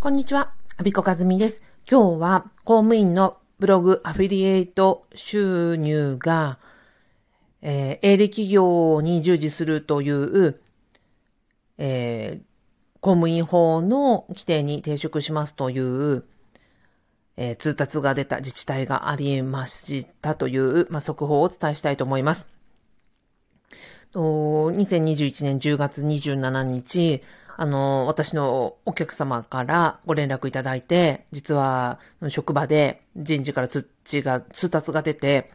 こんにちは、アビコカズミです。今日は公務員のブログアフィリエイト収入が、営利企業に従事するという、公務員法の規定に抵触しますという、通達が出た自治体がありましたという、速報をお伝えしたいと思います。2021年10月27日、私のお客様からご連絡いただいて、実は職場で人事から通達が出て、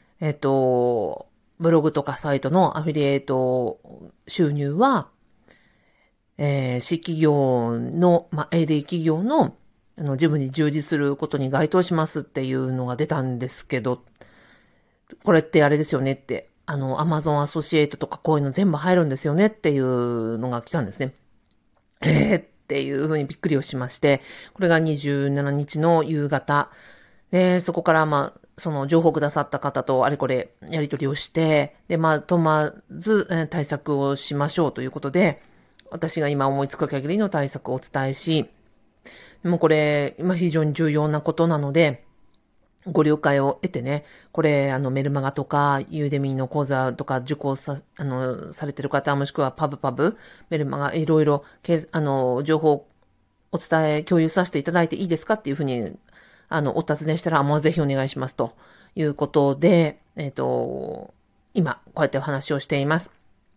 ブログとかサイトのアフィリエイト収入は、私企業の、営利企業の、事務に従事することに該当しますっていうのが出たんですけど、これってあれですよねって、Amazon アソシエイトとかこういうの全部入るんですよねっていうのが来たんですね。っていうふうにびっくりをしまして、これが27日の夕方。で、そこからその情報をくださった方とあれこれやり取りをして、で、とまず対策をしましょうということで、私が今思いつく限りの対策をお伝えし、もうこれ、今非常に重要なことなので、ご了解を得てね、これ、メルマガとか、ユーデミーの講座とか受講されてる方、もしくはパブ、メルマガ、いろいろ、情報を共有させていただいていいですかっていうふうに、お尋ねしたら、もうぜひお願いしますということで、今、こうやってお話をしています。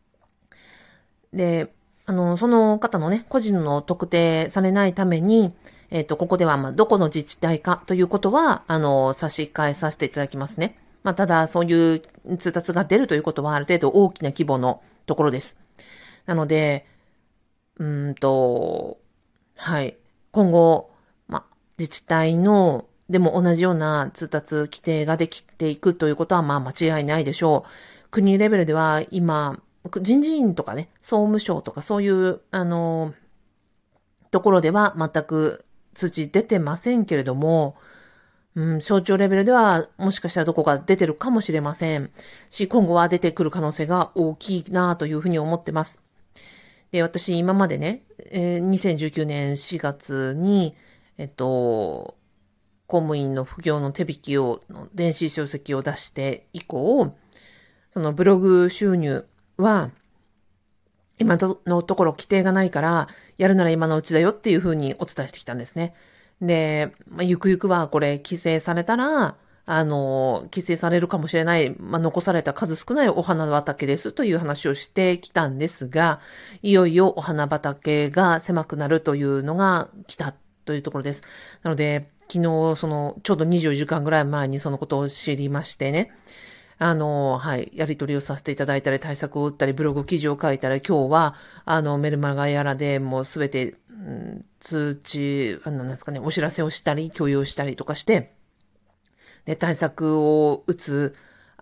で、その方のね、個人の特定されないために、ここでは、どこの自治体かということは、差し替えさせていただきますね。ただ、そういう通達が出るということは、ある程度大きな規模のところです。なので、はい。今後、自治体の、でも同じような通達規定ができていくということは、間違いないでしょう。国レベルでは、今、人事院とかね、総務省とかそういう、ところでは全く通知出てませんけれども、省庁レベルではもしかしたらどこか出てるかもしれませんし、今後は出てくる可能性が大きいなというふうに思ってます。で、私今までね、2019年4月に、公務員の副業の手引きを、電子書籍を出して以降、そのブログ収入は、今のところ規定がないから、やるなら今のうちだよっていうふうにお伝えしてきたんですね。で、ゆくゆくはこれ規制されたら、規制されるかもしれない、残された数少ないお花畑ですという話をしてきたんですが、いよいよお花畑が狭くなるというのが来たというところです。なので、昨日、ちょうど24時間ぐらい前にそのことを知りましてね、はい、やり取りをさせていただいたり、対策を打ったり、ブログ記事を書いたり、今日は、メルマガやらでもうすべて、通知、なんですかね、お知らせをしたり、共有したりとかして、で、対策を打つ、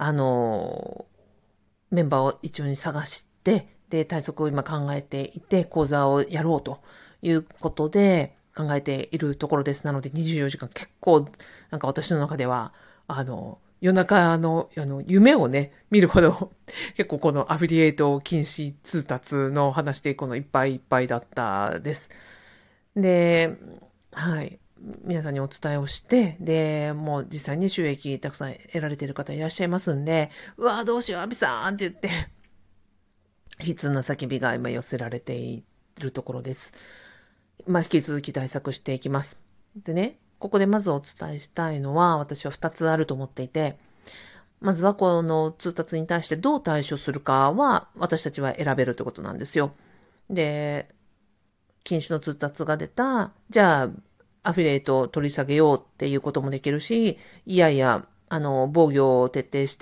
メンバーを一応に探して、で、対策を今考えていて、講座をやろうということで考えているところです。なので、24時間結構、なんか私の中では、夜中夢をね、見るほど、結構このアフィリエイト禁止通達の話で、このいっぱいいっぱいだったです。で、はい。皆さんにお伝えをして、で、もう実際に収益たくさん得られている方いらっしゃいますんで、うわぁ、どうしよう、アビさんって言って、悲痛な叫びが今寄せられているところです。引き続き対策していきます。でね、ここでまずお伝えしたいのは、私は2つあると思っていて、まずはこの通達に対してどう対処するかは、私たちは選べるということなんですよ。で、禁止の通達が出た、じゃあ、アフィリエイトを取り下げようっていうこともできるし、いやいや、防御を徹底して、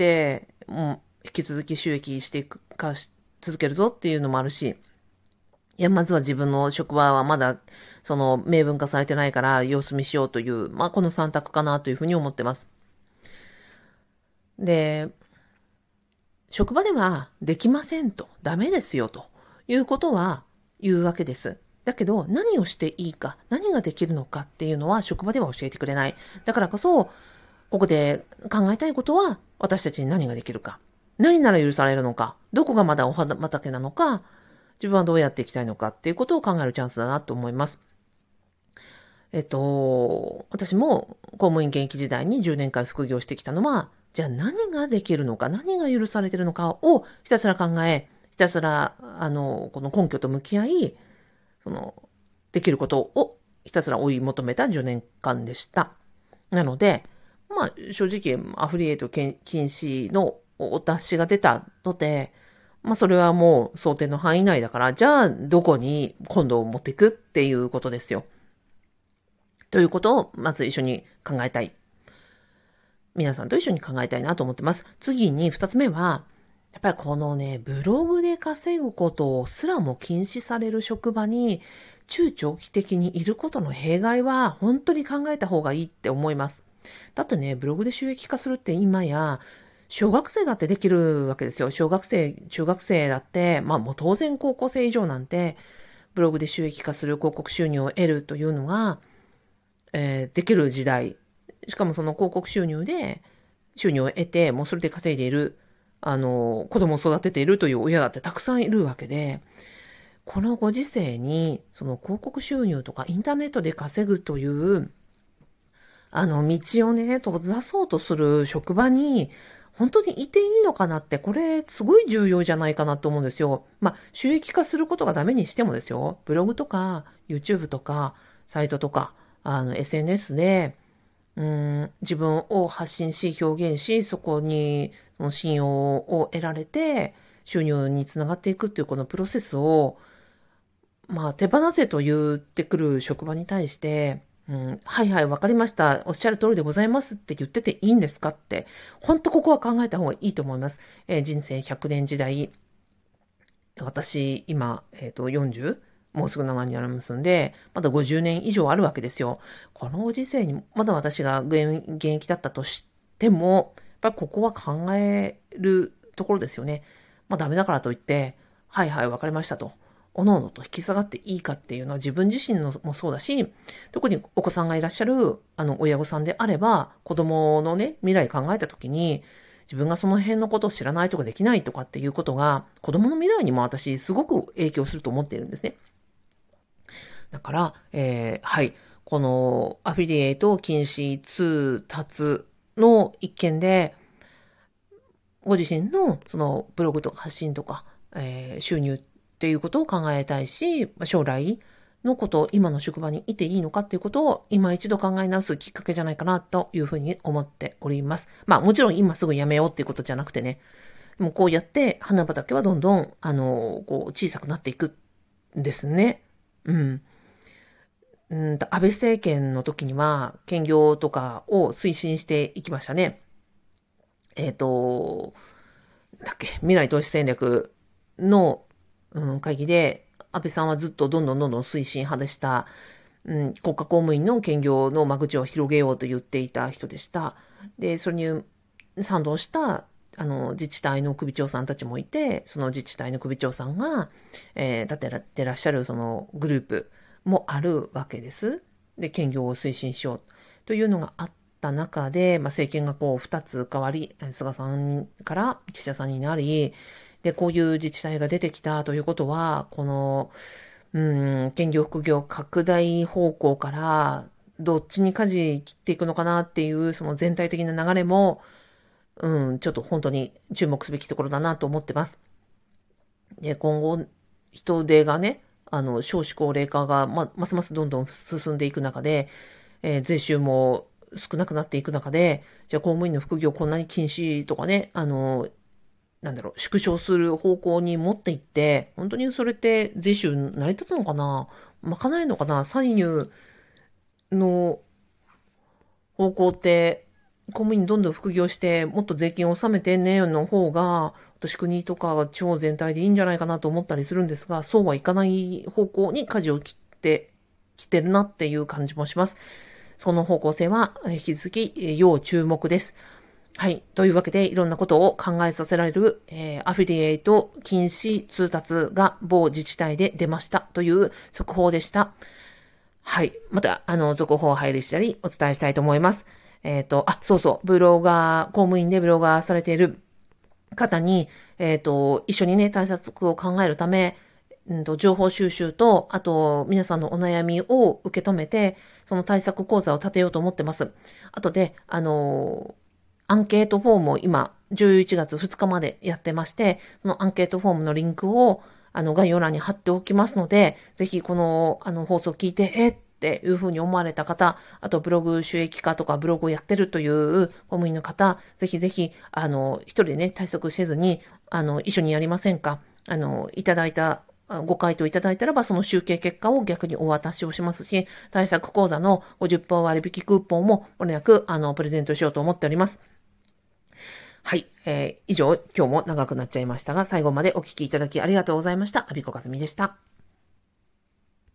引き続き収益していくか続けるぞっていうのもあるし、いや、まずは自分の職場はまだ、明文化されてないから様子見しようという、この3択かなというふうに思ってます。で、職場ではできませんと、ダメですよということは言うわけです。だけど、何をしていいか、何ができるのかっていうのは職場では教えてくれない。だからこそ、ここで考えたいことは、私たちに何ができるか。何なら許されるのか。どこがまだお花畑なのか。自分はどうやっていきたいのかっていうことを考えるチャンスだなと思います。 私も公務員現役時代に10年間副業してきたのは、じゃあ何ができるのか、何が許されているのかをひたすら考え、ひたすら、この根拠と向き合い、できることをひたすら追い求めた10年間でした。なので、正直、アフリエイト禁止のお達しが出たので、それはもう想定の範囲内だから、じゃあ、どこに今度持っていくっていうことですよ。ということを、まず一緒に考えたい。皆さんと一緒に考えたいなと思ってます。次に二つ目は、やっぱりこのね、ブログで稼ぐことすらも禁止される職場に中長期的にいることの弊害は本当に考えた方がいいって思います。だってね、ブログで収益化するって今や、小学生だってできるわけですよ。小学生、中学生だって、もう当然高校生以上なんて、ブログで収益化する広告収入を得るというのが、できる時代。しかもその広告収入で収入を得て、もうそれで稼いでいる、子供を育てているという親だってたくさんいるわけで、このご時世に、その広告収入とかインターネットで稼ぐという、道をね、閉ざそうとする職場に、本当にいていいのかなって、これすごい重要じゃないかなと思うんですよ。収益化することがダメにしてもですよ、ブログとか、YouTube とか、サイトとか、SNS で、自分を発信し、表現し、そこにその信用を得られて、収入につながっていくっていうこのプロセスを、手放せと言ってくる職場に対して、はいはい、わかりました。おっしゃる通りでございますって言ってていいんですかって、本当ここは考えた方がいいと思います。人生100年時代、私、今、40? もうすぐ7になりますんで、まだ50年以上あるわけですよ。このご時世に、まだ私が現役だったとしても、やっぱりここは考えるところですよね。ダメだからといって、はいはい、わかりましたと。おのおのと引き下がっていいかっていうのは自分自身のもそうだし、特にお子さんがいらっしゃる、親御さんであれば、子供のね、未来考えたときに、自分がその辺のことを知らないとかできないとかっていうことが、子供の未来にも私、すごく影響すると思っているんですね。だから、はい。このアフィリエイト禁止通達の一件で、ご自身のそのブログとか発信とか、収入っていうことを考えたいし、将来のことを今の職場にいていいのかっていうことを今一度考え直すきっかけじゃないかなというふうに思っております。もちろん今すぐ辞めようっていうことじゃなくてね、もうこうやって花畑はどんどん、小さくなっていくんですね。安倍政権の時には兼業とかを推進していきましたね。未来投資戦略の、会議で、安倍さんはずっとどんどん推進派でした。国家公務員の兼業の間口を広げようと言っていた人でした。で、それに賛同した、自治体の首長さんたちもいて、その自治体の首長さんが、立ててらっしゃるそのグループもあるわけです。で、兼業を推進しようというのがあった中で、政権が2つ変わり、菅さんから岸田さんになり、で、こういう自治体が出てきたということは、この、兼業副業拡大方向から、どっちに舵切っていくのかなっていう、その全体的な流れも、ちょっと本当に注目すべきところだなと思ってます。で、今後、人手がね、少子高齢化が、ますますどんどん進んでいく中で、税収も少なくなっていく中で、じゃあ公務員の副業こんなに禁止とかね、縮小する方向に持っていって、本当にそれって税収成り立つのかな、賄えるのかな、歳入の方向って、公務員どんどん副業して、もっと税金を納めてね、の方が、私国とか地方全体でいいんじゃないかなと思ったりするんですが、そうはいかない方向に舵を切ってきてるなっていう感じもします。その方向性は引き続き要注目です。はい。というわけで、いろんなことを考えさせられる、アフィリエイト禁止通達が某自治体で出ましたという速報でした。はい。また、続報入りしたりお伝えしたいと思います。そうそう、ブロガー、公務員でブロガーされている方に、一緒にね、対策を考えるため、 情報収集と、あと、皆さんのお悩みを受け止めて、その対策講座を立てようと思ってます。あとで、アンケートフォームを今、11月2日までやってまして、そのアンケートフォームのリンクを、概要欄に貼っておきますので、ぜひこの、放送を聞いて、っていうふうに思われた方、あとブログ収益化とかブログをやってるという公務員の方、ぜひぜひ、一人でね、退職せずに、一緒にやりませんか？いただいた、ご回答いただいたらば、その集計結果を逆にお渡しをしますし、対策講座の 50% 割引クーポンも、もれなく、プレゼントしようと思っております。はい。以上、今日も長くなっちゃいましたが、最後までお聞きいただきありがとうございました。阿比子かずみでした。